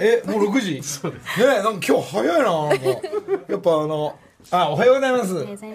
もう6時そうですね。なんか今日早いな。なんかやっぱおはようございます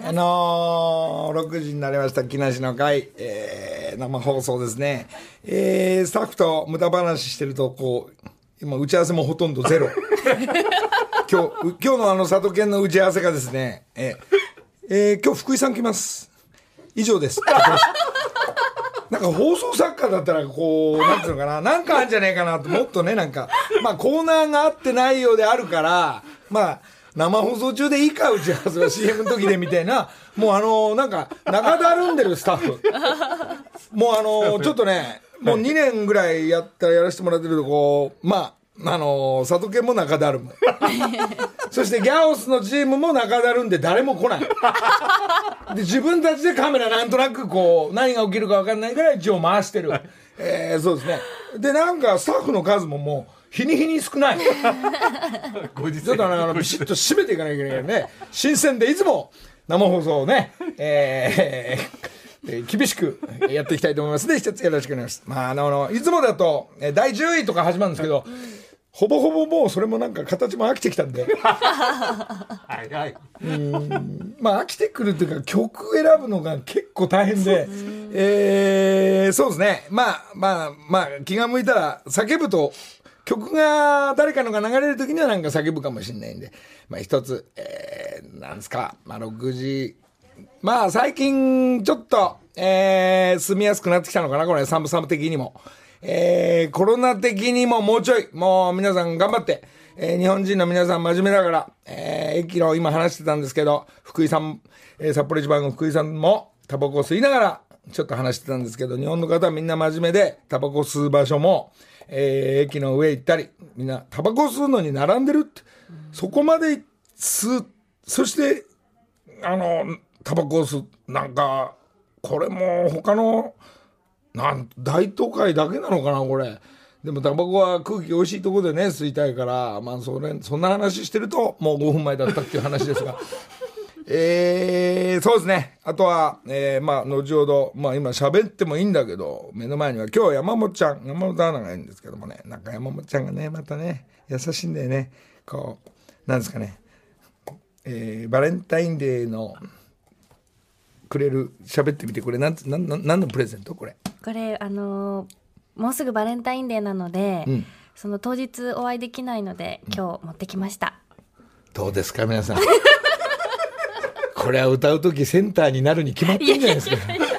。6時になりました。木梨の会、生放送ですね。スタッフと無駄話してるとこう今打ち合わせもほとんどゼロ。今日の佐渡県の打ち合わせがですね、今日福井さん来ます。以上です。なんか放送作家だったらこうなんていうのかな、なんかあるんじゃねえかなと、もっとね、なんかまあコーナーがあってないようであるから、まあ生放送中でいいか打ち合わせは CM の時でみたいな、もうなんか中だるんでるスタッフ、もうちょっとね、もう2年ぐらいやらせてもらってるとこう、まあ佐渡県も中だるむそしてギャオスのチームも中だるんで誰も来ないで、自分たちでカメラなんとなくこう何が起きるか分かんないぐらい一応回してる、そうですね。でなんかスタッフの数ももう日に日に少ないちょっとビシッと締めていかなきゃいけないね。新鮮でいつも生放送をね、厳しくやっていきたいと思いますので一つよろしくお願いします。いつもだと第10位とか始まるんですけど、ほぼほぼもうそれもなんか形も飽きてきたんではいはい、 まあ飽きてくるというか曲選ぶのが結構大変で、そうですね、まあ気が向いたら叫ぶと曲が誰かのが流れる時にはなんか叫ぶかもしれないんで、まあ一つ、なんですか、まあ6時、まあ最近ちょっと、住みやすくなってきたのかな、これ寒々的にも。コロナ的にももうちょい、もう皆さん頑張って、日本人の皆さん真面目だから、駅の今話してたんですけど、福井さん、札幌一番の福井さんもタバコを吸いながらちょっと話してたんですけど、日本の方はみんな真面目で、タバコ吸う場所も、駅の上行ったり、みんなタバコ吸うのに並んでるって、そこまで吸う、そしてタバコを吸う、なんかこれも他の大都会だけなのかなこれ。でもタバコは空気おいしいところでね吸いたいから、まあそんな話してるともう5分前だったっていう話ですがそうですね。あとは、まあ後ほど、まあ今喋ってもいいんだけど、目の前には今日山本アナがいるんですけどもね、なんか山本ちゃんがねまたね優しいんだよね。こうなんですかね、バレンタインデーのくれる、喋ってみて、これ何のプレゼントこれもうすぐバレンタインデーなので、その当日お会いできないので今日持ってきました。 どうですか皆さんこれは歌う時センターになるに決まってるんじゃないですか。惚れてまう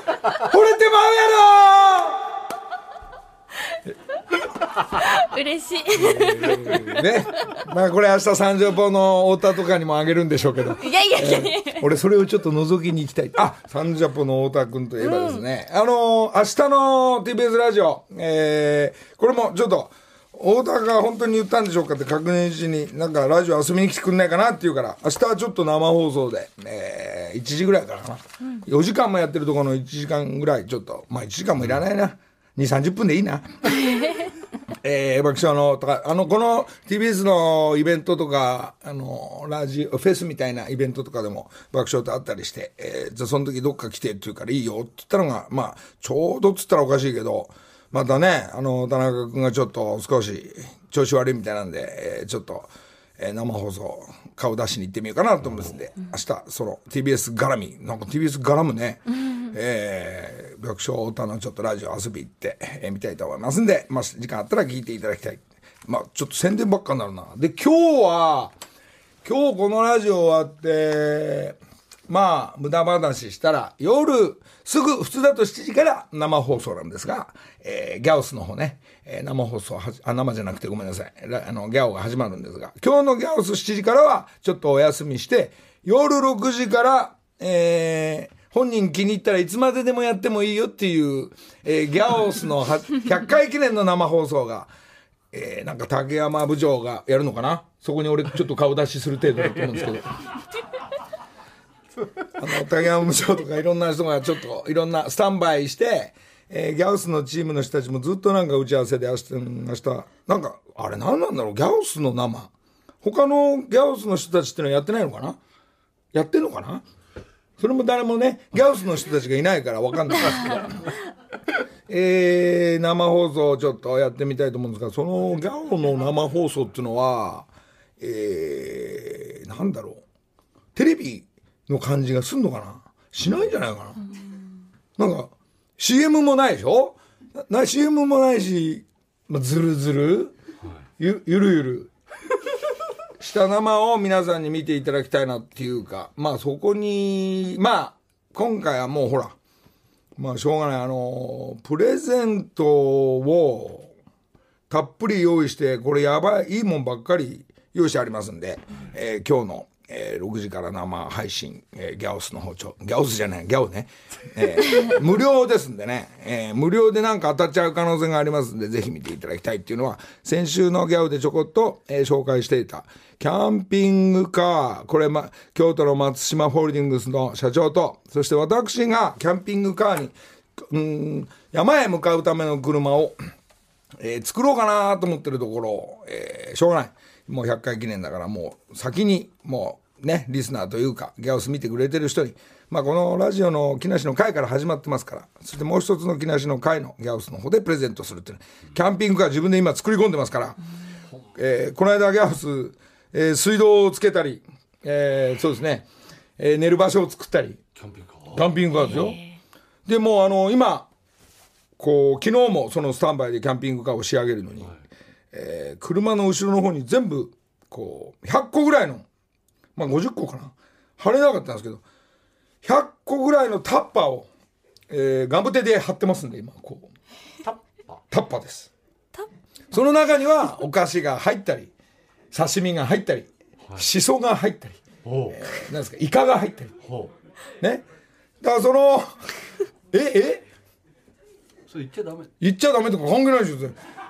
やろ嬉しいね。まあこれ明日三条ポの太田とかにもあげるんでしょうけど、 いや俺それをちょっと覗きに行きたい。三条ポの太田君といえばですね、明日の TBS ラジオ、これもちょっと太田が本当に言ったんでしょうかって確認しに、なんかラジオ遊びに来てくんないかなって言うから、明日はちょっと生放送で、1時ぐらいからかな、4時間もやってるところの1時間ぐらいちょっと、まあ1時間もいらないな、2、30分でいいな爆笑のとかこの TBS のイベントとかラジオフェスみたいなイベントとかでも爆笑とあったりして、じゃあその時どっか来てって言うからいいよって言ったのが、まあちょうどっつったらおかしいけど、またね田中君がちょっと少し調子悪いみたいなんで、ちょっと、生放送顔出しに行ってみようかなと思いますんで、明日その TBS 絡み、なんか TBS 絡むね、爆笑太田のちょっとラジオ遊び行って、みたいと思いますんで、まあ、時間あったら聞いていただきたい。まあちょっと宣伝ばっかになるな。で今日このラジオ終わってまあ無駄話したら夜すぐ普通だと7時から生放送なんですが、ギャオスの方ね、生放送生じゃなくてごめんなさい、ギャオが始まるんですが、今日のギャオス7時からはちょっとお休みして、夜6時から、本人気に入ったらいつまででもやってもいいよっていう、ギャオスの100回記念の生放送が、なんか竹山部長がやるのかな。そこに俺ちょっと顔出しする程度だと思うんですけど竹山部長とかいろんな人がちょっといろんなスタンバイして、ギャオスのチームの人たちもずっとなんか打ち合わせで明日なんかあれ何なんだろう、ギャオスの生、他のギャオスの人たちってのはやってないのかな、やってんのかな、それも誰もねギャオスの人たちがいないから分かんないですけど生放送をちょっとやってみたいと思うんですが、そのギャオの生放送っていうのは、なんだろう、テレビの感じがすんのかな、しないんじゃないかな。なんか CM もないでしょ、CM もないし、ずるずる、ゆるゆるした生を皆さんに見ていただきたいなっていうか、まあそこに今回はもうほら、しょうがない、プレゼントをたっぷり用意して、これやばいいいもんばっかり用意してありますんで、今日の6時から生配信、ギャオスの方ギャオスじゃないギャオね、無料ですんでね、無料でなんか当たっちゃう可能性がありますんで、ぜひ見ていただきたいっていうのは、先週のギャオでちょこっと、紹介していたキャンピングカー、これ、京都の松島ホールディングスの社長と、そして私がキャンピングカーに山へ向かうための車を、作ろうかなと思ってるところ、しょうがない、もう100回記念だから、もう先にもうね、リスナーというかギャオス見てくれてる人に、このラジオの木梨の会から始まってますから、そしてもう一つの木梨の会のギャオスの方でプレゼントするっていう、キャンピングカー自分で今作り込んでますから、この間ギャオス、水道をつけたり、そうですね、寝る場所を作ったり、キャンピングカーですよ。でもう今こう昨日もそのスタンバイでキャンピングカーを仕上げるのに、車の後ろの方に全部こう100個ぐらいの、50個かな、貼れなかったんですけど、100個ぐらいのタッパーを、ガムテで貼ってますんで、今こうタッパーです。その中にはお菓子が入ったり、刺身が入ったり、しそが入ったり、なんですか、イカが入ったりね。だからそのそれ言っちゃダメとか関係ないでしょ。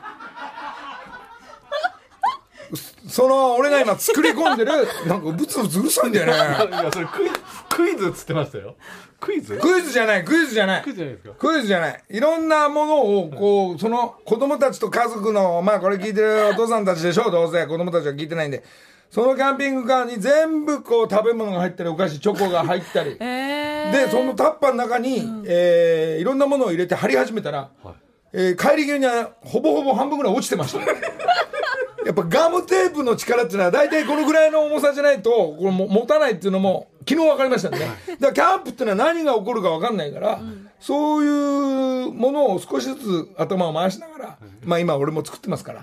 その俺が今作り込んでるなんかブツブツうるさいんだよね。 いや、それクイズっつってましたよ。クイズじゃないですか。クイズじゃない。いろんなものをこう、その子供たちと家族の、これ聞いてるお父さんたちでしょ、どうせ子供たちは聞いてないんで、そのキャンピングカーに全部こう食べ物が入ったり、お菓子チョコが入ったり、でそのタッパーの中に、いろんなものを入れて貼り始めたら、帰り際にはほぼほぼ半分ぐらい落ちてました。やっぱガムテープの力っていうのは大体このぐらいの重さじゃないとこれ持たないっていうのも昨日分かりましたんでね。だからキャンプっていうのは何が起こるか分かんないから、そういうものを少しずつ頭を回しながら、今俺も作ってますから、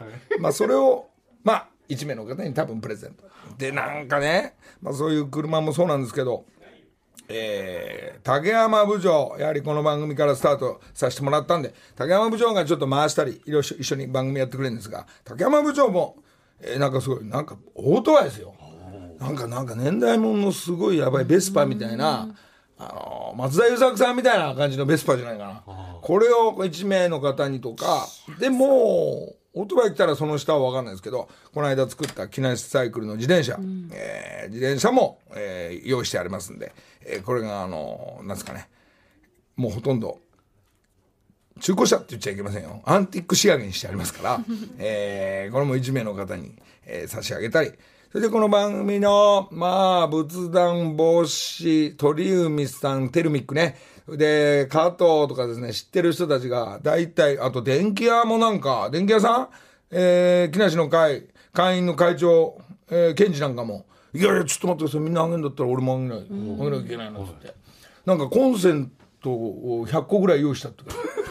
それを1名の方に多分プレゼントで、なんかね、そういう車もそうなんですけど、竹山部長、やはりこの番組からスタートさせてもらったんで、竹山部長がちょっと回したり一緒に番組やってくれるんですが、竹山部長も、なんかすごいなんかオートバイですよ。なんか年代物のすごいやばいベスパみたいな、松田優作さんみたいな感じのベスパじゃないかな。これを1名の方にとかでも、オートバイ来たらその下は分かんないですけど、この間作った木梨サイクルの自転車、自転車も、用意してありますんで、これがなんですかね、もうほとんど中古車って言っちゃいけませんよ、アンティック仕上げにしてありますから、これも1名の方に、差し上げたり、それでこの番組の仏壇帽子鳥海さん、テルミックね、で加藤とかですね、知ってる人たちが大体、あと電気屋もなんか、電気屋さん、木梨の会員の会長、ケンジなんかも、いやちょっと待ってください、みんなあげるんだったら俺もあげなきゃいけないなって、なんかコンセントを100個ぐらい用意したって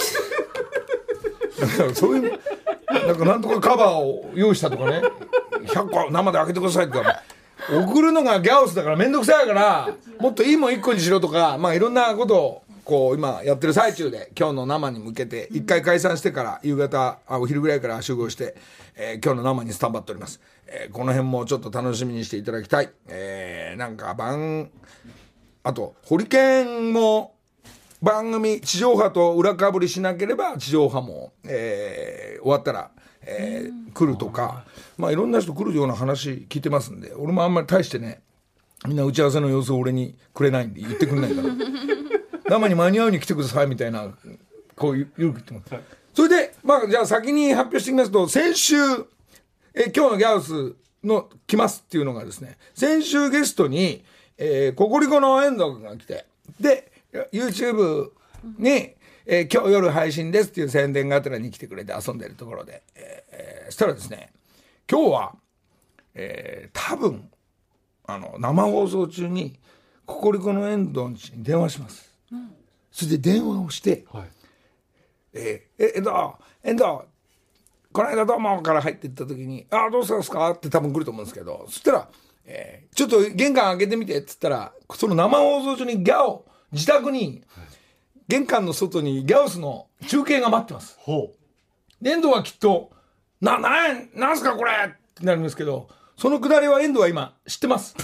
そういうなんとかカバーを用意したとかね、100個生で開けてくださいって送るのがギャオスだからめんどくさいから、もっといいもん1個にしろとか、いろんなことをこう今やってる最中で、今日の生に向けて1回解散してから夕方お昼ぐらいから集合して、今日の生にスタンバっております。この辺もちょっと楽しみにしていただきたい。なんかあとホリケンも番組地上波と裏かぶりしなければ地上波も、終わったら、来るとか、いろんな人来るような話聞いてますんで、俺もあんまり大してね、みんな打ち合わせの様子を俺にくれないんで言ってくれないから生に間に合うに来てくださいみたいな、こう言ってます。それでじゃあ先に発表してきますと、先週今日のギャオスの来ますっていうのがですね、先週ゲストに、ココリコの遠藤君が来て、で YouTube に、 今日夜配信ですっていう宣伝がてらに来てくれて遊んでるところで、したらですね、今日は、多分生放送中にココリコの遠藤に電話します、それで電話をして、遠藤この間どうもから入っていった時にどうしたんですかって多分来ると思うんですけど、そしたら、ちょっと玄関開けてみてって言ったら、その生放送中に自宅に、玄関の外にギャオスの中継が待ってます。で遠藤はきっとなんすかこれってなるんですけど、そのくだりは遠藤は今知ってます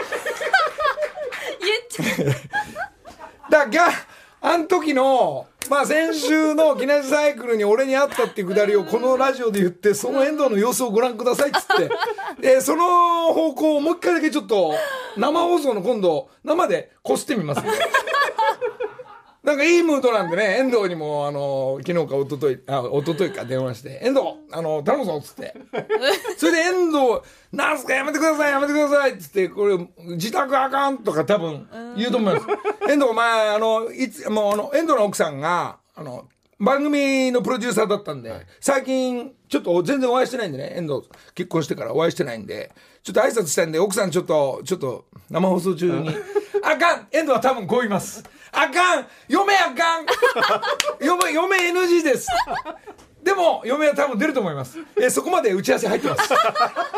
言っちゃうだからあの時の先週の木梨サイクルに俺に会ったっていうくだりをこのラジオで言って、その遠藤の様子をご覧くださいっつってでその方向をもう一回だけちょっと生放送の今度生でこすってみますんでなんかいいムードなんでね、遠藤にも昨日か一昨日か電話して遠藤頼むぞっつってそれで遠藤なんすかやめてくださいっつって、これ自宅あかんとか多分言うと思います遠藤お前遠藤の奥さんが番組のプロデューサーだったんで、最近ちょっと全然お会いしてないんでね、遠藤結婚してからお会いしてないんで、ちょっと挨拶したいんで、奥さんちょっと生放送中にあかん、遠藤は多分こう言います、あかん、嫁あかん嫁 NG ですでも嫁は多分出ると思います。そこまで打ち合わせ入ってますうわー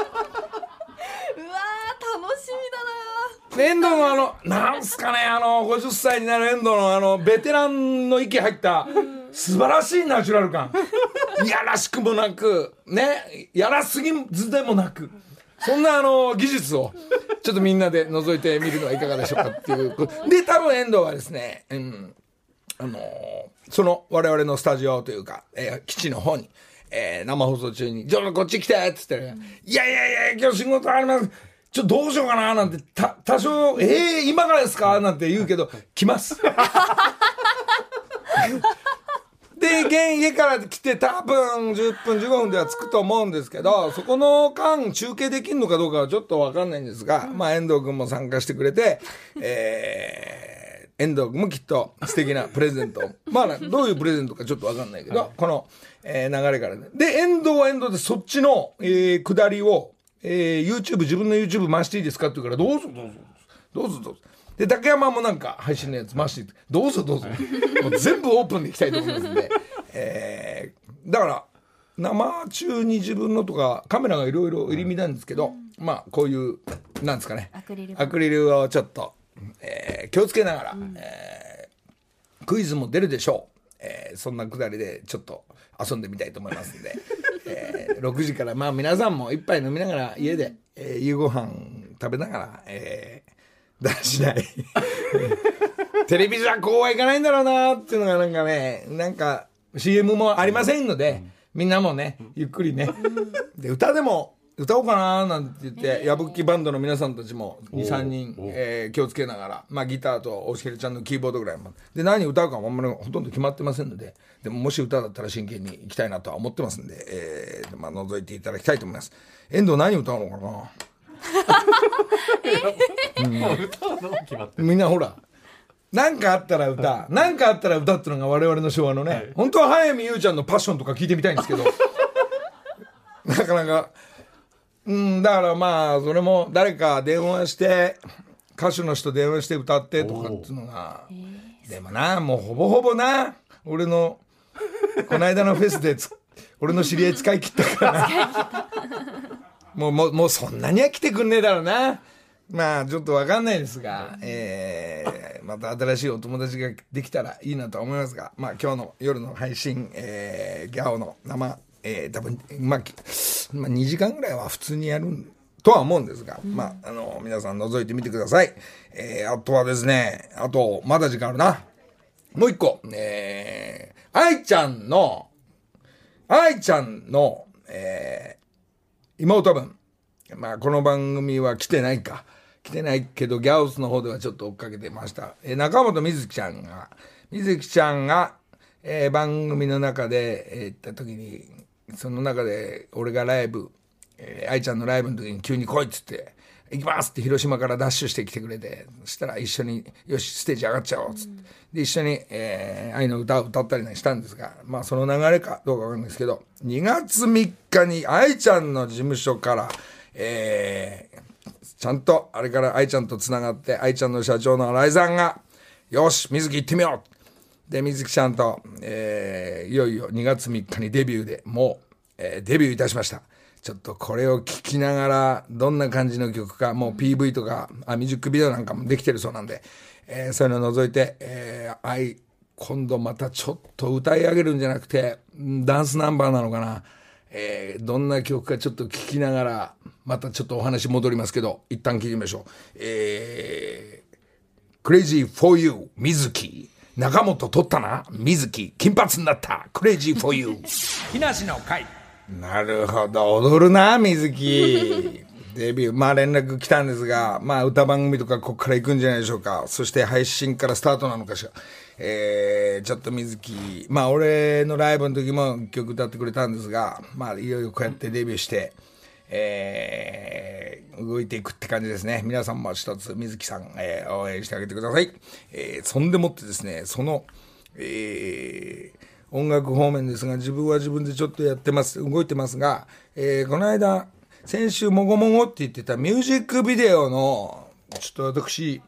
楽しみだな。 遠藤のなんすかね、50歳になる遠藤のベテランの息入った素晴らしいナチュラル感いやらしくもなくね、やらすぎずでもなく、そんな技術をちょっとみんなで覗いてみるのはいかがでしょうかっていうで、多分遠藤はですね、その我々のスタジオというか、基地の方に、生放送中に「ちょっとこっち来て」っつって「いや今日仕事あります、ちょっとどうしようかな」なんて多少「今からですか?」なんて言うけど来ますで家から来て多分10分15分では着くと思うんですけど、そこの間中継できるのかどうかはちょっと分かんないんですが、遠藤君も参加してくれて、遠藤君もきっと素敵なプレゼントをどういうプレゼントかちょっと分かんないけど、この、流れからね。で遠藤は遠藤でそっちの、下りを、YouTube 自分の YouTube 回していいですかって言うから、どうぞで竹山もなんか配信のやつ回してどうぞもう全部オープンでいきたいと思いますんで、だから生中に自分のとかカメラがいろいろ入り乱なんですけど、こういうなんですかね、アクリルをちょっと、気をつけながら、クイズも出るでしょう、そんなくだりでちょっと遊んでみたいと思いますんで、6時から皆さんも一杯飲みながら家で、夕ご飯食べながら、だらしないテレビじゃこうはいかないんだろうなっていうのがなんか CM もありませんので、みんなもねゆっくりねで歌でも歌おうかななんて言って、矢吹バンドの皆さんたちも 2,3 人、気をつけながら、ギターとおしげるちゃんのキーボードぐらいで何歌うかもあんまりほとんど決まってませんので、でももし歌だったら真剣にいきたいなとは思ってますんで、覗いていただきたいと思います。遠藤何歌うのかなみんなほらなんかあったら歌ってのが我々の昭和のね、本当は早見優ちゃんのパッションとか聞いてみたいんですけどなかなかだからそれも誰か電話して歌手の人電話して歌ってとかっていうのが、でももうほぼほぼ俺のこの間のフェスで俺の知り合い使い切ったからもうそんなには来てくんねえだろうな。ちょっと分かんないですが、また新しいお友達ができたらいいなと思いますが、今日の夜の配信、ギャオの生、多分2時間ぐらいは普通にやるとは思うんですが、皆さん覗いてみてください。あとはですね、まだ時間あるな。もう一個、愛ちゃんの、妹分、この番組は来てないけどギャオスの方ではちょっと追っかけてました、中本みずきちゃんが、番組の中で、行った時にその中で俺がライブ、愛ちゃんのライブの時に急に来いっつって行きますって広島からダッシュしてきてくれて、そしたら一緒によしステージ上がっちゃおうっつって、で一緒に、愛の歌を歌ったりしたんですが、まあその流れかどうかわかんないですけど、2月3日に愛ちゃんの事務所から、ちゃんとあれから愛ちゃんとつながって、愛ちゃんの社長の新井さんがよし水木行ってみようで、水木ちゃんと、いよいよ2月3日にデビューでもう、デビューいたしました。ちょっとこれを聞きながらどんな感じの曲か、もう PV とかミュージックビデオなんかもできてるそうなんで、そういうのを除いて、今度またちょっと歌い上げるんじゃなくてダンスナンバーなのかな、どんな曲かちょっと聞きながらまたちょっとお話戻りますけど、一旦聞いてみましょう。Crazy for You 水木、中本取ったな水木、金髪になった Crazy for You 木梨の会。なるほど、踊るな水木デビュー、まあ連絡来たんですが、まあ歌番組とかここから行くんじゃないでしょうか。そして配信からスタートなのかしら。ちょっと水木、まあ俺のライブの時も曲歌ってくれたんですが、まあいよいよこうやってデビューして、動いていくって感じですね。皆さんも一つ水木さん、応援してあげてください。そんでもってですね、その、音楽方面ですが、自分は自分でちょっとやってます、動いてますが、この間先週もごもごって言ってたミュージックビデオのちょっと私、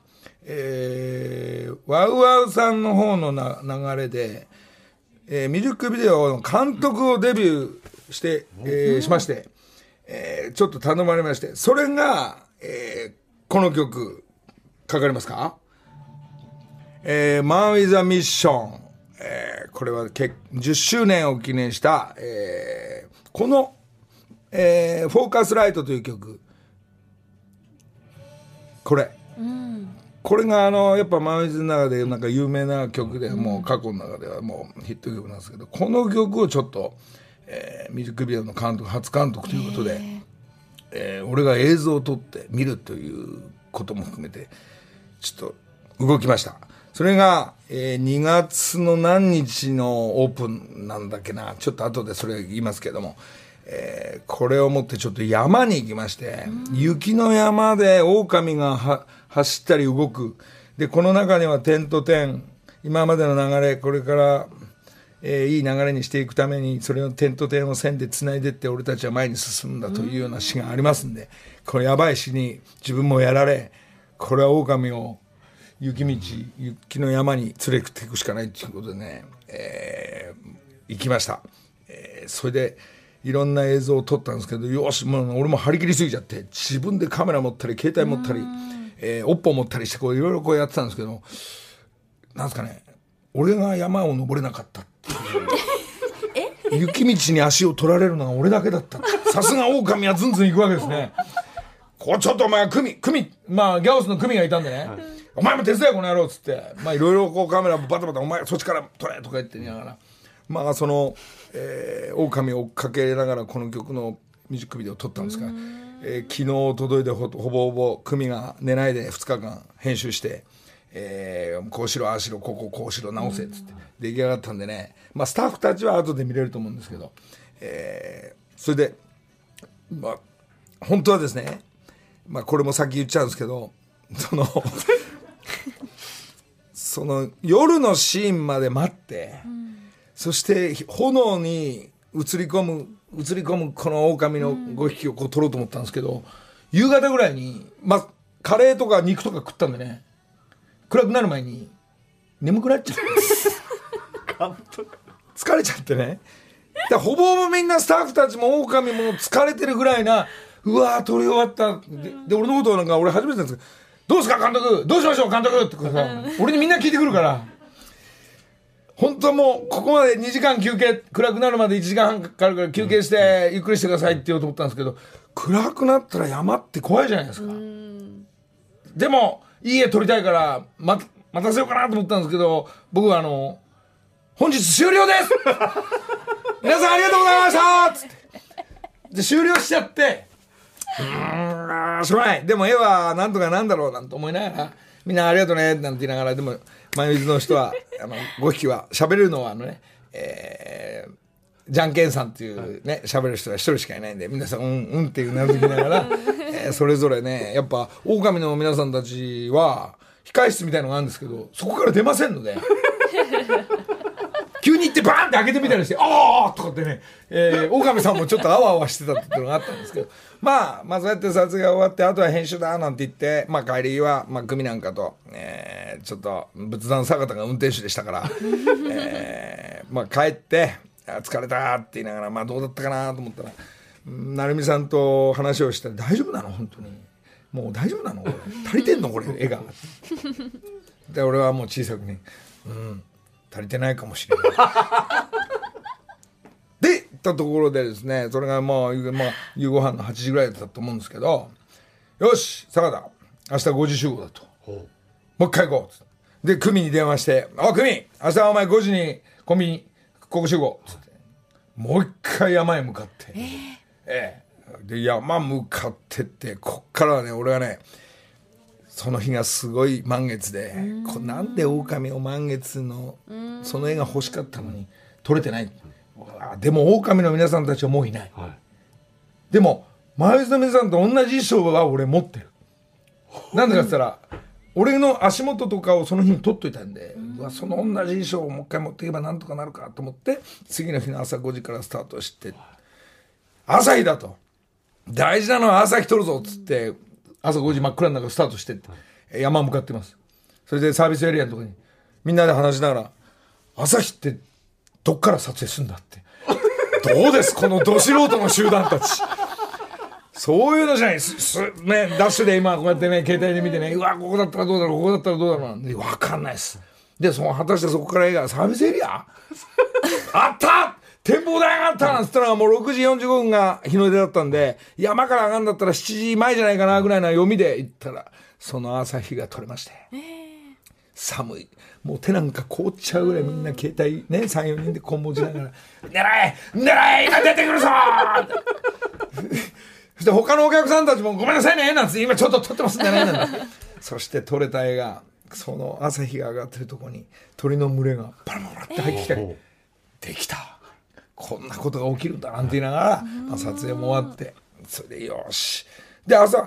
ワウワウさんの方の流れで、ミュージックビデオの監督をデビューして、しまして、ちょっと頼まれまして、それが、この曲かかりますか、Man with a Mission、これは10周年を記念した、この、フォーカスライトという曲、これ、これがやっぱマンウィズの中でなんか有名な曲で、もう過去の中ではもうヒット曲なんですけど、この曲をちょっと、ミュージックビデオの監督、初監督ということで、俺が映像を撮って見るということも含めてちょっと動きました。それが、2月の何日のオープンなんだっけな、ちょっと後でそれ言いますけども、これを持ってちょっと山に行きまして、雪の山で狼が走ったり動く。で、この中には点と点、今までの流れ、これから、いい流れにしていくために、それを点と点を線で繋いでって俺たちは前に進むんだというような詩がありますんで、これやばい詩に自分もやられ、これは狼を雪の山に連れていくしかないということでね、行きました。それでいろんな映像を撮ったんですけど、よし、もう俺も張り切りすぎちゃって、自分でカメラ持ったり携帯持ったり、オッポ持ったりして、こういろいろこうやってたんですけど、なんですかね、俺が山を登れなかったっていう雪道に足を取られるのが俺だけだった。さすが狼はずんずん行くわけですね。こうちょっとお前組まあギャオスの組がいたんでね、お前も手伝えこの野郎っつって、まあいろいろこうカメラバタバタ、お前そっちから撮れとか言って言いながら、まあその、狼を追っかけながらこの曲のミュージックビデオを撮ったんですが、昨日届いてほぼほぼ組が寝ないで2日間編集して、こうしろああしろこうしろ直せっつって出来上がったんでね、まあスタッフたちは後で見れると思うんですけど、それでまあ本当はですね、まあこれもさっき言っちゃうんですけど、その夜のシーンまで待って、そして炎に映り込むこの狼の5匹をこう撮ろうと思ったんですけど、夕方ぐらいに、まあ、カレーとか肉とか食ったんでね、暗くなる前に眠くなっちゃって疲れちゃってね、でほぼほぼみんなスタッフたちも狼も疲れてるぐらいな、うわー撮り終わった。で俺のことなんか俺初めてなんですけど、どうですか監督、どうしましょう監督ってさ、俺にみんな聞いてくるから、本当はもうここまで2時間休憩、暗くなるまで1時間半かかるから休憩してゆっくりしてくださいって言おうと思ったんですけど、暗くなったら山って怖いじゃないですか。でもいい絵撮りたいから待たせようかなと思ったんですけど、僕は本日終了です皆さんありがとうございましたっつってで終了しちゃって、しょうがない、でも絵はなんとかなんだろうなんて思いながら、みんなありがとうねなんて言いながら、でもマヨネーズの人は5匹は喋れるのはじゃんけんさんっていうね喋る人が一人しかいないんで、皆さんうんっていうなずきながら、それぞれねやっぱ狼の皆さんたちは控室みたいのがあるんですけど、そこから出ませんので急に行ってバーンって開けてみたりして「ああ!」とかってね、狼さんもちょっとあわあわしてたっていうのがあったんですけど、まあそうやって撮影が終わって、あとは編集だなんて言って、帰りは久美なんかと、ちょっと仏壇坂田が運転手でしたから、帰って「疲れた」って言いながら、どうだったかなと思ったら、成美さんと話をしたら「大丈夫なの本当にもう大丈夫なのこれ足りてんのこれ絵が」で俺はもう小さくね足りてないかもしれないで行ったところでですね、それが夕ご飯の8時ぐらいだったと思うんですけど、よし坂田明日5時集合だと、もう一回行こうで久美に電話して「久美明日はお前5時にコンビニここ集合」っつって、もう一回山へ向かって、で山向かってって、こっからはね俺はねその日がすごい満月で、なんで狼を満月のその絵が欲しかったのに撮れてない。でも狼の皆さんたちはもういない、でもマイズの皆さんと同じ衣装は俺持ってる。なんでかって言ったら俺の足元とかをその日に撮っといたんで、その同じ衣装をもう一回持っていけばなんとかなるかと思って、次の日の朝5時からスタートして、朝日だと大事なのは朝日撮るぞっつって、朝5時真っ暗の中スタートしてって山向かってます。それでサービスエリアのところにみんなで話しながら、朝日ってどっから撮影するんだって、どうですこのど素人の集団たち、そういうのじゃないね、ダッシュで今こうやってね携帯で見てね、うわここだったらどうだろう、ここだったらどうだろうなんて分かんないです。で果たしてそこから映画サービスエリアあった展望台があったなんつったら、もう6時45分が日の出だったんで、山から上がるんだったら7時前じゃないかなぐらいの読みで行ったら、その朝日が撮れまして、寒い、もう手なんか凍っちゃうぐらいみんな携帯ね 3,4 人でこん持ちながら狙え今出てくるぞそして他のお客さんたちもごめんなさいねなんつって、今ちょっと撮ってますんでねなんてそして撮れた絵が、その朝日が上がってるとこに鳥の群れがパラパラって入ってきたり、できた、こんなことが起きるんだなんて言いながら、撮影も終わって、それでよしで朝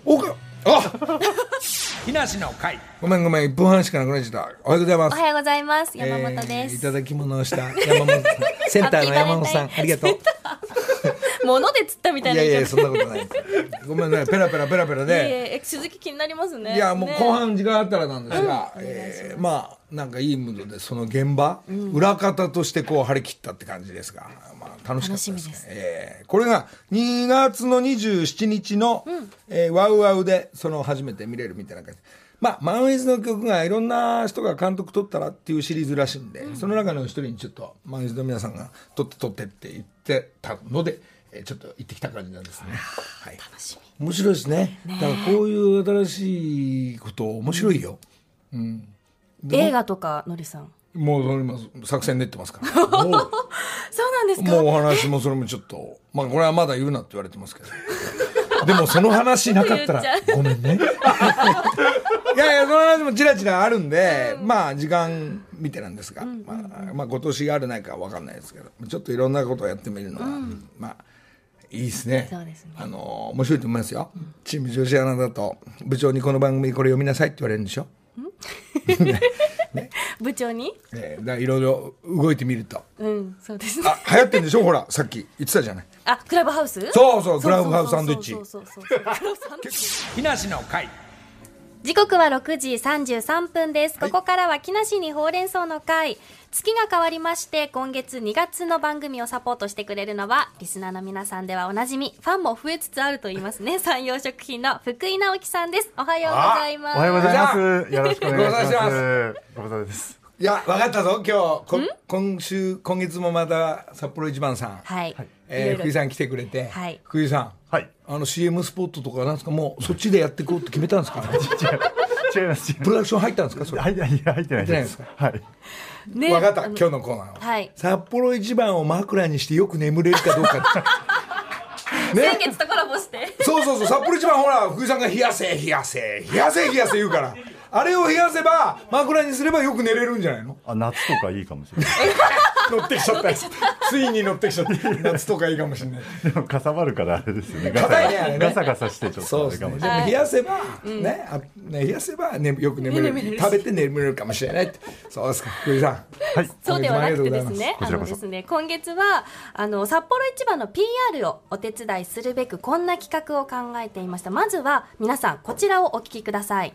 木梨の会、ごめん1分半しかなくなっちゃった。おはようございます。 おはようございます。山本です。 いただき物をした山本さんセンターの山本さんありがとう物で釣ったみたいな。 いやそんなことないごめんね、ペラペラで続き気になりますね。 いやもう後半時間あったらなんですが、なんかいいムードでその現場、裏方としてこう張り切ったって感じですが、楽しかったですね。これが2月の27日の、ワウワウでその初めて見れるみたいな感じ。マンウィズの曲がいろんな人が監督撮ったらっていうシリーズらしいんで、その中の一人にちょっとマンウィズの皆さんが撮ってって言ってたので、ちょっと行ってきた感じなんですね。はい、楽しみ。面白いですね。だからこういう新しいこと面白いよ。 映画とかのりさん。 もう今作戦練ってますから。 そうなんですか。 もうお話もそれもちょっとこれはまだ言うなって言われてますけど。でもその話なかったらごめんね。いやその話もチラチラあるんで、時間見てなんですが、今年あるないかは分かんないですけど、ちょっといろんなことをやってみるのは、いいですね。 そうですね。 面白いと思いますよ。チーム女子アナだと部長にこの番組これ読みなさいって言われるんでしょ。 ね、部長にいろいろ動いてみると、 そうですね。 流行ってんでしょほらさっき言ってたじゃない。 クラブハウス。 そうクラブハウスサンドイッチ。木梨の会。 時刻は6時33分です。ここからは木梨にほうれん草の会。月が変わりまして、今月2月の番組をサポートしてくれるのはリスナーの皆さんではおなじみ、ファンも増えつつあると言いますね、山陽食品の福井直樹さんです。おはようございます。 おはようございます。よろしくお願いします。ご無沙汰です。 いや分かったぞ今月もまた札幌一番さん、福井さん来てくれて、福井さん、CM スポットとかなんですか、もうそっちでやっていこうって決めたんですか。 違います。 プロダクション入ったんですか。それ入ってないですか。はい。 分かった。今日のコーナーは、札幌一番を枕にしてよく眠れるかどうか。 先月とコラボして。 そう札幌一番ほら福井さんが冷やせ言うから。 あれを冷やせば枕にすればよく寝れるんじゃないの？ 夏とかいいかもしれない乗ってきちゃったついに乗ってきちゃった夏とかいいかもしれない。 でもかさばるからあれですよね。 硬いねあれね。 ガサガサしてちょっとあれかもしれない。 でも冷やせば、冷やせば、よく眠れる、食べて眠れるかもしれないって。そうですか、福井さん。 はい。 そうではなくてですね、 こちらこそですね、今月は札幌一番の PR をお手伝いするべくこんな企画を考えていました。まずは皆さんこちらをお聞きください。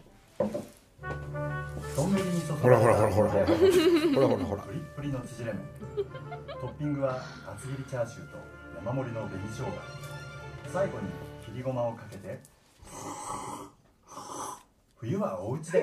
ほらほらほらほらほらほらほらほらプリップリの縮れ麺、トッピングは厚切りチャーシューと山盛りの紅生姜、最後に切りごまをかけて、冬はお家で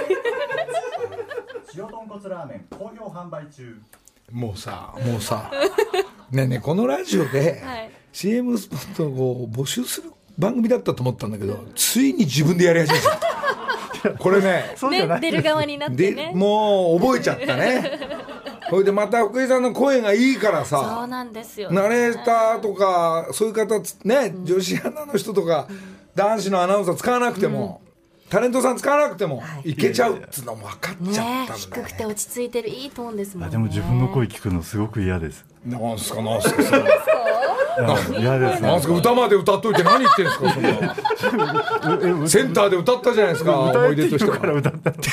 塩豚骨ラーメン好評販売中。 もうさねえねえこのラジオで CM スポットを募集する番組だったと思ったんだけど、ついに自分でやり始めたこれね出る側になってね、 もう覚えちゃったねそれでまた福井さんの声がいいからさ、 そうなんですよね、 ナレーターとかそういう方ね、女子アナの人とか男子のアナウンサー使わなくても、タレントさん使わなくてもいけちゃうっつうのも分かっちゃったんだよね。 低くて落ち着いてるいいトーンですもんね。 でも自分の声聞くのすごく嫌です。 なんすかなんすか嫌ですね。 なんすか歌まで歌っといて何言ってんすかそんなセンターで歌ったじゃないですか、思い出としては。 歌ったって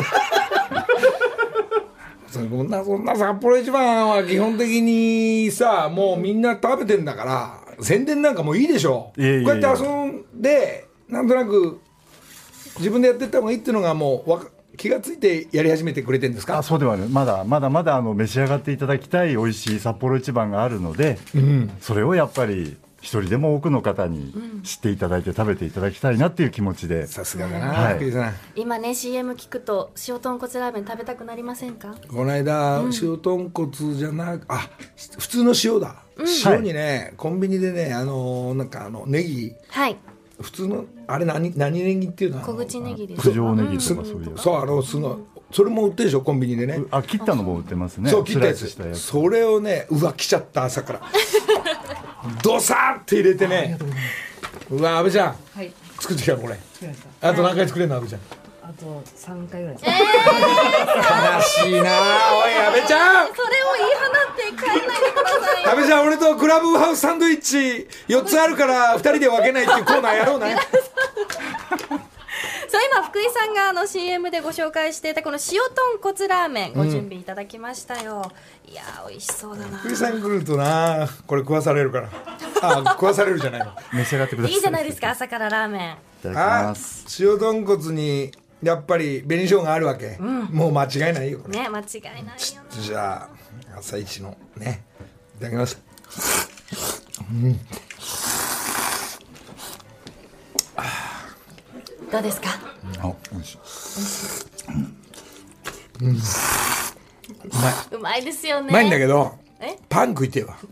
そんな札幌一番は基本的にさ、もうみんな食べてんだから宣伝なんかもういいでしょ。こうやって遊んでなんとなく自分でやっていった方がいいっていうのがもう気がついてやり始めてくれてるんですか？ そうではね、まだ召し上がっていただきたい美味しい札幌一番があるので、それをやっぱり一人でも多くの方に知っていただいて食べていただきたいなっていう気持ちで。 さすがだな、福井さん。 今ね CM 聞くと塩豚骨ラーメン食べたくなりませんか？ この間、塩豚骨じゃなく普通の塩だ、塩にね、コンビニでねなんかネギ、普通のあれ何ネギっていうのは小口ネギです。 九条ネギとかそういう。 そうすごいそれも売ってるでしょコンビニでね。 切ったのも売ってますね。 そう切ったやつ。それをね来ちゃった朝からドサーって入れてね。うわ阿部ちゃん、作ってきたこれ。あと何回作れるの阿部ちゃん？ あと3回ぐらいです。 悲しいなおい阿部ちゃん。 それを言い放って帰らないでくださいよ。 阿部ちゃん俺とクラブハウスサンドイッチ4つあるから2人で分けないっていうコーナーやろうね。 そう今福井さんがCM でご紹介していたこの塩豚骨ラーメンご準備いただきましたよ。いやー美味しそうだな。 福井さん来るとなこれ食わされるから食わされるじゃないの。 召し上がってください。 いいじゃないですか朝からラーメン。 いただきます。 塩豚骨にやっぱり紅生姜あるわけ、もう間違いないよこれね間違いないよ。 じゃあ朝一のねいただきます。 どうですか？ 美味しい。 うまいですよね。 うまいんだけどパン食いてえわ。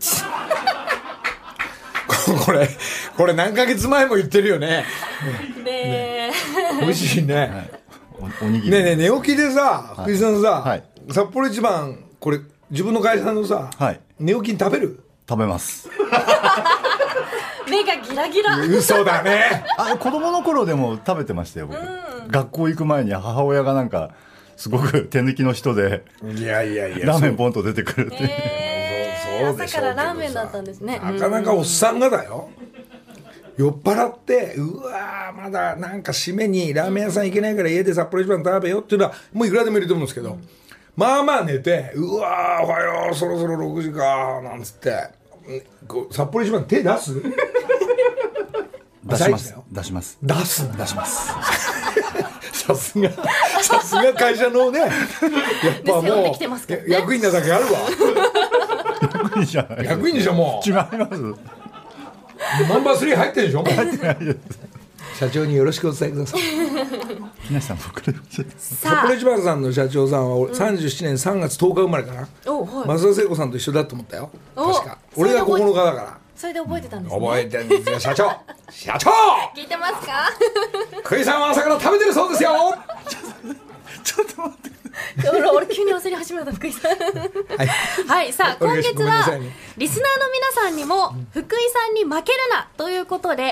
これ何ヶ月前も言ってるよね。 ね美味しいね。 おにぎり。 ねえ寝起きでさ福井さんさ、札幌一番これ自分の会社のさ、寝起きに食べる？ 食べます。 目がギラギラ。 嘘だね。 子供の頃でも食べてましたよ僕。学校行く前に母親がなんかすごく手抜きの人でいやラーメンポンと出てくるっていう。 朝からラーメンだったんですね。 なかなかおっさんがだよ酔っ払ってうわまだなんか締めにラーメン屋さん行けないから家で札幌一番食べようっていうのはもういくらでもいると思うんですけど、まあ寝てうわおはようそろそろ6時かなんつって札幌一番手出す？ 出します出しますさすが会社のねやっぱもう役員なだけあるわ。 役員じゃない。 役員でしょもう。 違います。 ナンバー3入ってるでしょ。入ってないです。社長によろしくお伝えください。 木梨さん僕で札幌一番さんの社長さんは37年3月10日生まれかな。増田聖子さんと一緒だと思ったよ確か。俺が9日だから。 それで覚えてたんですね。 覚えてるんですよ社長聞いてますか？ 福井さんは朝から食べてるそうですよ。 ちょっと待って俺急に焦り始めた福井さん。はいさあ今月はリスナーの皆さんにも福井さんに負けるなということで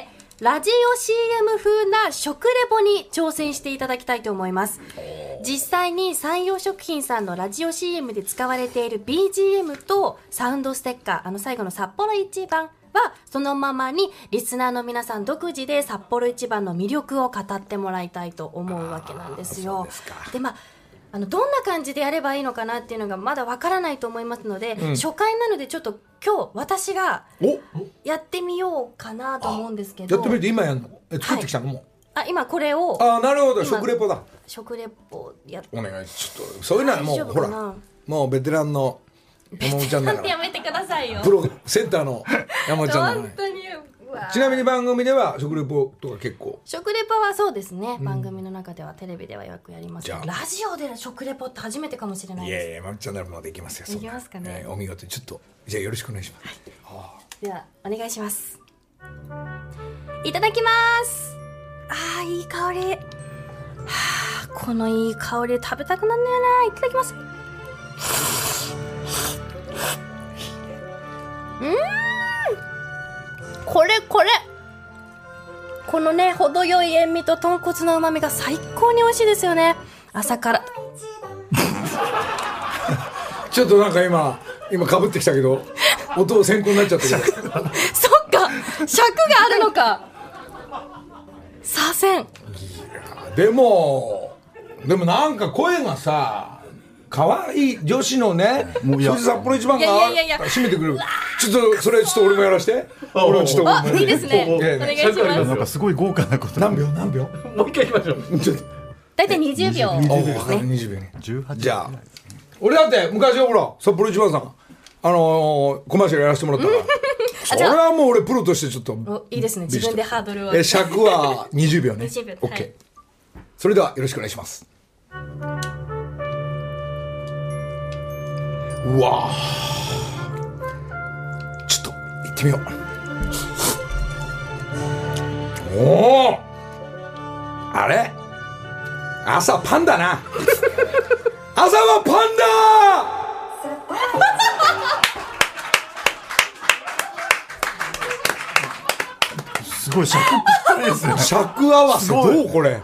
ラジオ CM 風な食レポに挑戦していただきたいと思います。実際に山陽食品さんのラジオ CM で使われている BGM とサウンドステッカー、最後の札幌一番はそのままにリスナーの皆さん独自で札幌一番の魅力を語ってもらいたいと思うわけなんですよ。で、どんな感じでやればいいのかなっていうのがまだわからないと思いますので、初回なのでちょっと今日私がやってみようかなと思うんですけど。 やってみて今やんの？作ってきたのもう？ 今これを。 なるほど、食レポだ。 食レポやって。 お願い、ちょっとそういうのはもうほら、もうベテランの山本ちゃんだから。 やめてくださいよ。 プロセンターの山本ちゃんだから。 本当に。 ちなみに番組では食レポとか結構。 食レポはそうですね、番組の中ではテレビではよくやりますけど、ラジオで食レポって初めてかもしれないです。 いやいや、まっちゃんならまだできますよ。 できますかね。 お見事にちょっとじゃあよろしくお願いします。 ではお願いします。いただきます。いい香り。このいい香り食べたくなんだよな。いただきます。このね、程よい塩味と豚骨の旨味が最高に美味しいですよね。朝からちょっとなんか今かぶってきたけど音先行になっちゃったけどそっか、尺があるのか。左遷。 でもなんか声がさ、可愛い女子のね、それで札幌一番が締めてくれる。ちょっとそれ俺もやらして。俺もちょっといいですね。お願いします。 なんかすごい豪華なこと。 何秒もう一回行きましょう。 大体20秒。 20秒ね。 18。 じゃあ俺だって昔はほら札幌一番さんコマーシャルやらせてもらったからそれはもう俺プロとしてちょっといいですね。自分でハードルを。 尺は20秒ね。 20秒。 OK。それではよろしくお願いします。うわー、ちょっと行ってみよう。おお、あれ朝パンだな朝はパンだすごい尺ぴったりですね。 尺合わせどうこれ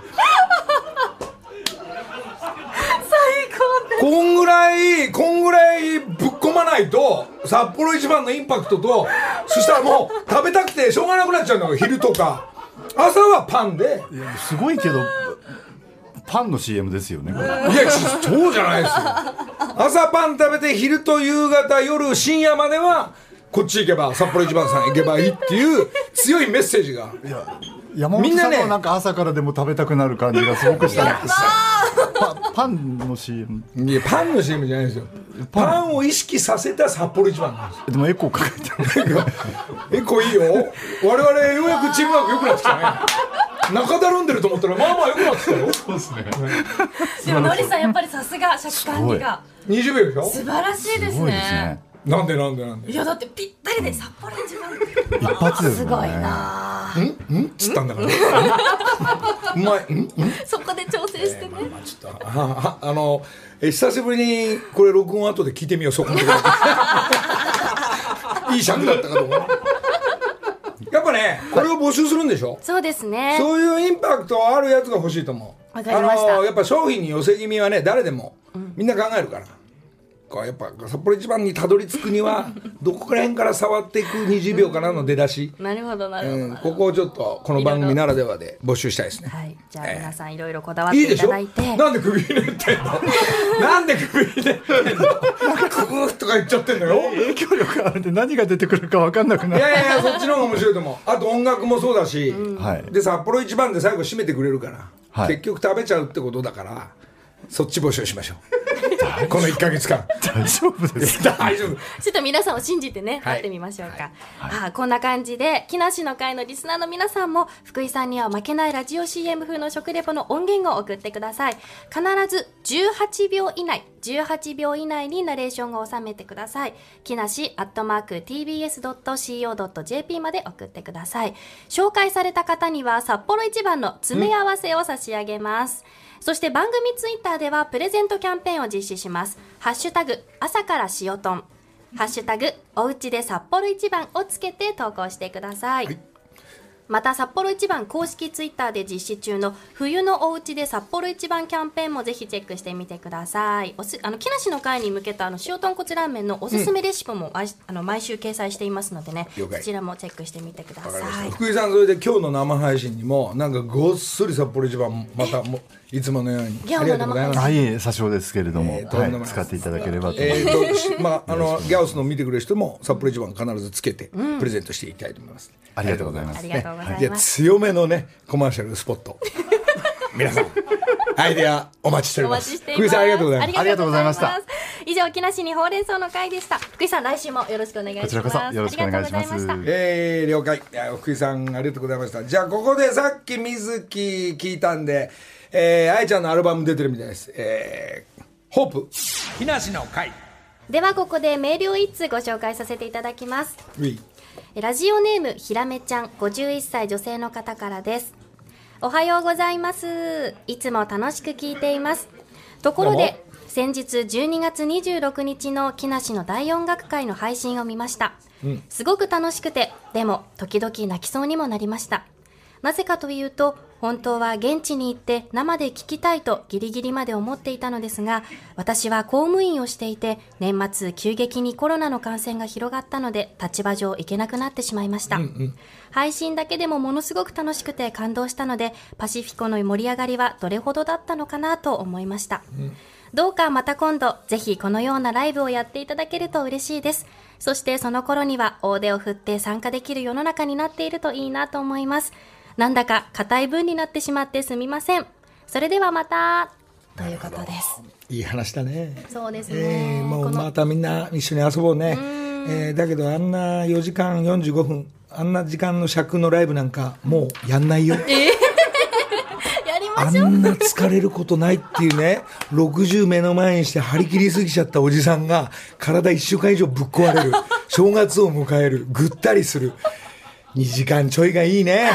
こんぐらいぶっ込まないと札幌一番のインパクトと、そしたらもう食べたくてしょうがなくなっちゃうのよ。昼とか朝はパンで。 いやすごいけどパンの CM ですよねこれ。 いやそうじゃないですよ。朝パン食べて昼と夕方夜深夜まではこっち行けば札幌一番さん行けばいいっていう強いメッセージが。 いや山本さんのなんか朝からでも食べたくなる感じがすごくしたんです。パンの CM。 いやパンの CM じゃないですよ。パンを意識させた札幌一番なんですよ。 でもエコーかけてる。 エコいいよ。我々ようやくチームワーク良くなってきたね。中だるんでると思ったらまあまあ良くなってきたよ。そうですね。 でもノリさんやっぱりさすが尺管理が 20秒でしょ。 素晴らしいですすごいですね。 ね。 なんでいやだってぴったりで札幌一番一発ですね。 すごいな。 んつったんだから。うまい。 そこで調整してね。 ちょっと久しぶりにこれ録音後で聞いてみよう。そこのところいい尺だったかと思う。やっぱねこれを募集するんでしょ。 そうですね。 そういうインパクトあるやつが欲しいと思う。 わかりました。 やっぱ商品に寄せ気味はね誰でもみんな考えるから。こうやっぱ札幌一番にたどり着くにはどこら辺から触っていく20秒からの出だし、 なるほどなるほど、 ここをちょっとこの番組ならではで募集したいですね。 はい、じゃあ皆さんいろいろこだわっていいいでしたょ。 だいて。 なんで首ひねってんのなんで首ひねってんのクーとか言っちゃってんのよ。 影響力あるんで何が出てくるか分かんなくなる。 いやいやそっちの方が面白いと思う。あと音楽もそうだし、 はいで札幌一番で最後締めてくれるから、 はい結局食べちゃうってことだからそっち募集しましょうこの1ヶ月間大丈夫ですか。 大丈夫。 ちょっと皆さんを信じてね、 はいやってみましょうか。こんな感じで、木梨の会のリスナーの皆さんも、福井さんには負けないラジオ CM 風の食レポの音源を送ってください。必ず18秒以内にナレーションを収めてください。木梨@tbs.co.jp まで送ってください。紹介された方には、札幌一番の詰め合わせを差し上げます。そして番組ツイッターではプレゼントキャンペーンを実施します。ハッシュタグ朝から塩トン、ハッシュタグおうちで札幌一番をつけて投稿してください。 また札幌一番公式ツイッターで実施中の冬のおうちで札幌一番キャンペーンもぜひチェックしてみてください。木梨の会に向けた塩豚骨ラーメンのおすすめレシピも、毎週掲載していますのでね、そちらもチェックしてみてください。 福井さん、それで今日の生配信にもなんかごっそり札幌一番またもいつものようにギャオの生配信、 はい、差し方ですけれども、使っていただければと、 ギャオスの見てくれる人も札幌一番必ずつけてプレゼントしていきたいと思います、 ありがとうございます。 ありがとうございます。 いや、強めのねコマーシャルスポット皆さんアイデアお待ちしております。福井さん、ありがとうございます。 ありがとうございました。 以上、木梨にほうれん草の会でした。福井さん、来週もよろしくお願いします。 こちらこそよろしくお願いします。 了解。福井さん、ありがとうございました。じゃあここでさっき水木聞いたんで、愛ちゃんのアルバム出てるみたいです。ホープ木梨の会ではここでメールを1通ご紹介させていただきます。ラジオネームひらめちゃん、51歳女性の方からです。おはようございます。いつも楽しく聞いています。ところで先日12月26日の木梨の大音楽会の配信を見ました、すごく楽しくて、でも時々泣きそうにもなりました。なぜかというと、本当は現地に行って生で聞きたいとギリギリまで思っていたのですが、私は公務員をしていて、年末急激にコロナの感染が広がったので立場上行けなくなってしまいました、配信だけでもものすごく楽しくて感動したので、パシフィコの盛り上がりはどれほどだったのかなと思いました、どうかまた今度ぜひこのようなライブをやっていただけると嬉しいです。そしてその頃には大手を振って参加できる世の中になっているといいなと思います。なんだか固い文になってしまってすみません。それではまた、ということです。 いい話だね。 そうですね、 もうまたみんな一緒に遊ぼうね。だけどあんな4時間45分あんな時間の尺のライブなんかもうやんないよ。 やりましょう。 あんな疲れることないっていうね、60目の前にして張り切りすぎちゃったおじさんが体1週間以上ぶっ壊れる正月を迎える、ぐったりする2時間ちょいがいいね。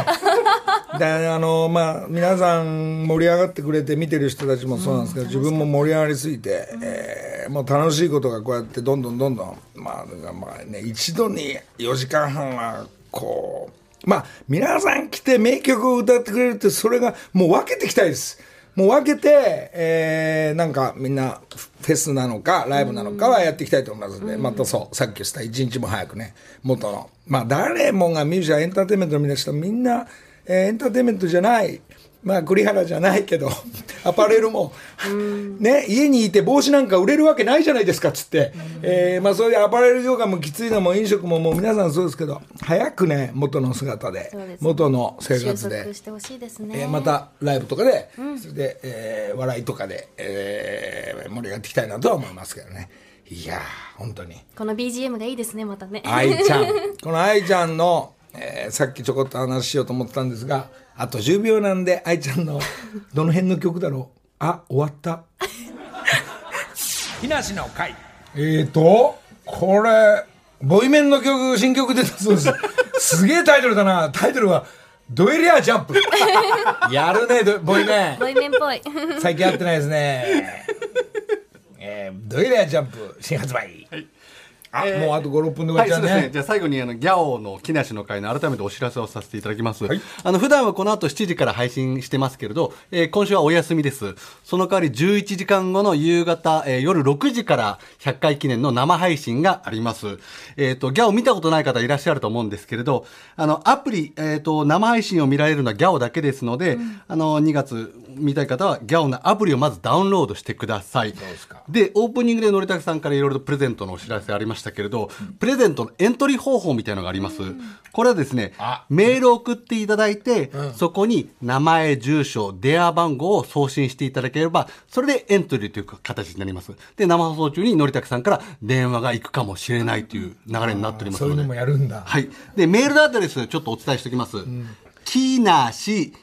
皆さん盛り上がってくれて見てる人たちもそうなんですけど、自分も盛り上がりすぎて、もう楽しいことがこうやってどんどん一度に4時間半はこう、皆さん来て名曲を歌ってくれるって、それがもう分けていきたいです。もう分けて、なんかみんなフェスなのかライブなのかはやっていきたいと思いますので、またさっき言った一日も早くね、元の誰もがミュージシャンエンターテインメントの皆さんみんな、エンターテインメントじゃない、栗原じゃないけどアパレルもね、家にいて帽子なんか売れるわけないじゃないですかっつって、そういうアパレル業界もきついのも飲食ももう皆さんそうですけど、早くね元の姿で、元の生活で収束してほしいですね。 またライブとかで、それで、笑いとかで、盛り上がっていきたいなとは思いますけどね。いやー本当にこの BGM がいいですね。またね、 愛ちゃんこの愛ちゃんの、さっきちょこっと話しようと思ってたんですが、あと10秒なんで、愛ちゃんのどの辺の曲だろう。終わった木梨の会。これボイメンの曲、新曲出たそうです。すげえタイトルだな。タイトルはドエリアジャンプ。やるね、ボイメン。 ボイメンっぽい。 最近会ってないですね。ドエリアジャンプ新発売。もうあと 5,6 分で終わっちゃうね。 そうですね。じゃあ最後にギャオの木梨の会の改めてお知らせをさせていただきます。普段はこの後7時から配信してますけれど、今週はお休みです。その代わり11時間後の夕方、夜6時から100回記念の生配信があります。ギャオ見たことない方いらっしゃると思うんですけれど、アプリ、生配信を見られるのはギャオだけですので、2月見たい方はギャオのアプリをまずダウンロードしてください。で、オープニングでのりたけさんからいろいろとプレゼントのお知らせありましたけれど、プレゼントのエントリー方法みたいなのがあります。これはですね、メールを送っていただいて、そこに名前、住所、電話番号を送信していただければ、それでエントリーという形になります。で、生放送中にのりたけさんから電話が行くかもしれないという流れになっておりますので。 そういうのもやるんだ。 はい。で、メールアドレスちょっとお伝えしておきます。きなし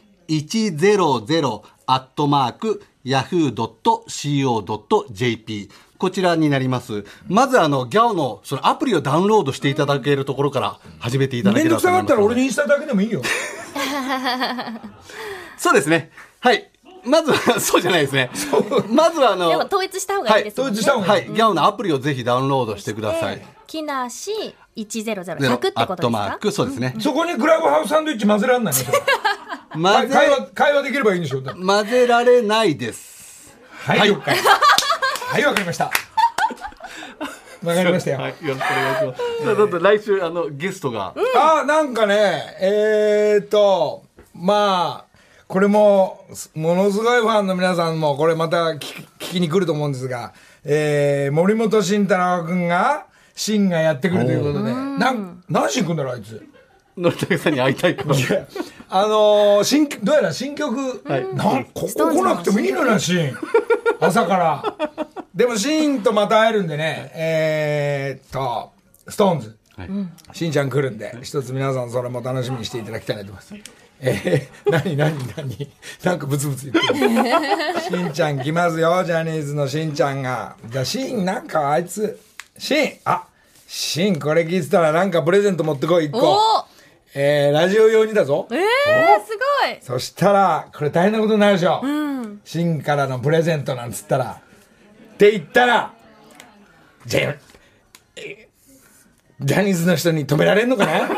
100@yahoo.co.jp、こちらになります。まずギャオのそのアプリをダウンロードしていただけるところから始めていただければと思います。 めんどくさかったら俺にインスタだけでもいいよ。 そうですね。はい。まずは、そうじゃないですね。まずはでも統一した方がいいですね。 統一した方がいい。 はい。ギャオのアプリをぜひダウンロードしてください。 木梨 100ってことですか？ そうですね。 そこにクラブハウスサンドイッチ混ぜらんないの？会話できればいいんでしょ？ 混ぜられないです。 はい、了解。はい、わかりました。わかりましたよ。 はい、よろしくお願いします。だって来週ゲストが、 なんかね、まあこれもものすごいファンの皆さんもこれまた聞きに来ると思うんですが、森本慎太郎君がシンがやってくるということで、何しに来るんだろうあいつ。 のりたけさんに会いたいから。 どうやら新曲、ここ来なくてもいいのよな、シーン。朝から。でも、シーンとまた会えるんでね、ストーンズ。しんちゃん来るんで、一つ皆さんそれも楽しみにしていただきたいなと思います。何なんかブツブツ言ってる。しんちゃん来ますよ、ジャニーズのしんちゃんが。じゃあ、シーンなんかあいつ、シーンこれ聞いてたらなんかプレゼント持ってこい、1個。ラジオ用にだぞ。 すごい。 そしたら、これ大変なことになるでしょ。シンからのプレゼントなんつったら。って言ったら、ジャニーズの人に止められんのかな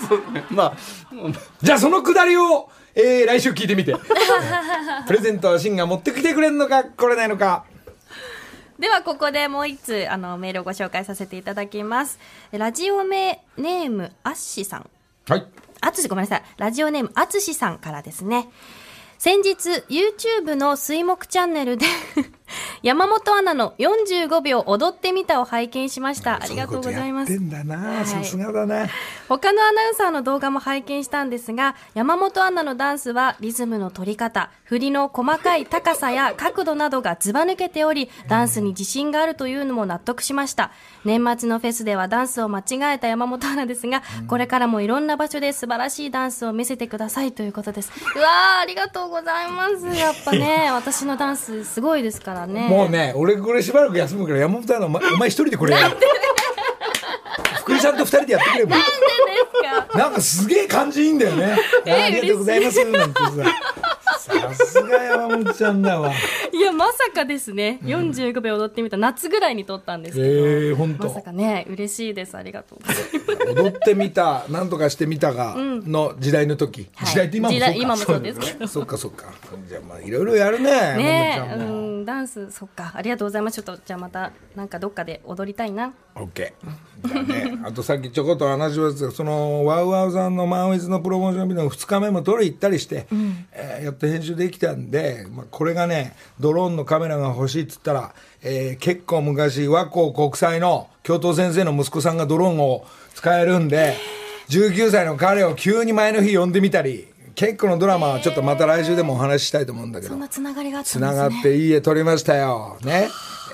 じゃあそのくだりを、来週聞いてみて。プレゼントをシンが持ってきてくれんのか、来れないのか。 ではここでもう一つメールをご紹介させていただきます。ラジオネームあっしさん。 はい。 ごめんなさい。ラジオネームあつしさんからですね。先日 YouTube の水木チャンネルで山本アナの45秒踊ってみたを拝見しました。ありがとうございます。 そういうことやってんだな、さすがだな。 他のアナウンサーの動画も拝見したんですが、山本アナのダンスはリズムの取り方、振りの細かい高さや角度などがずば抜けており、ダンスに自信があるというのも納得しました。年末のフェスではダンスを間違えた山本アナですが、これからもいろんな場所で素晴らしいダンスを見せてくださいということです。うわー、ありがとうございます。やっぱね、私のダンスすごいですからね。 もうね、俺これしばらく休むから山本アナお前一人でこれやる。福井さんと二人でやってくれば。 なんでですか。 なんかすげえ感じいいんだよね。ありがとうございますなんてさ。さすが山本ちゃんだわ。 いや、まさかですね。45秒踊ってみた、夏ぐらいに撮ったんですけど。 本当。 まさかね、嬉しいです。ありがとうございます。 踊ってみた、なんとかしてみたが、の時代の時。時代って今もそうか。 今もそうですけど。 そっか。じゃあまあいろいろやるね。 ね、ダンス、そっか。ありがとうございます。ちょっと、じゃあまた、なんかどっかで踊りたいな。 オッケー。じゃあね、あとさっきちょこっと話しましたそのワウワウさんのマンウィズのプロモーションビデオの2日目も撮り行ったりして、やっと編集できたんで、これがねドローンのカメラが欲しいっつったら、結構昔和光国際の教頭先生の息子さんがドローンを使えるんで、19歳の彼を急に前の日呼んでみたり、結構のドラマはちょっとまた来週でもお話ししたいと思うんだけど、 そんなつながりがあったんですね。 つながっていい絵撮りましたよね。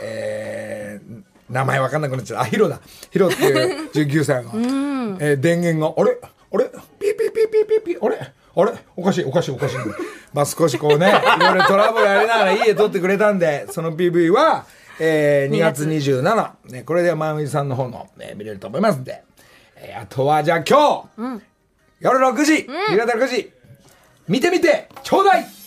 名前わかんなくなっちゃった。ヒロっていう19歳の、電源があれピーピーあれおかしいまあ少しこうねいろいろトラブルありながらいい絵撮ってくれたんで、その PV は、2月27、ね、これでマンウィズさんの方の、見れると思いますんで、あとはじゃあ今日、夜6時、夕方6時見てちょうだい。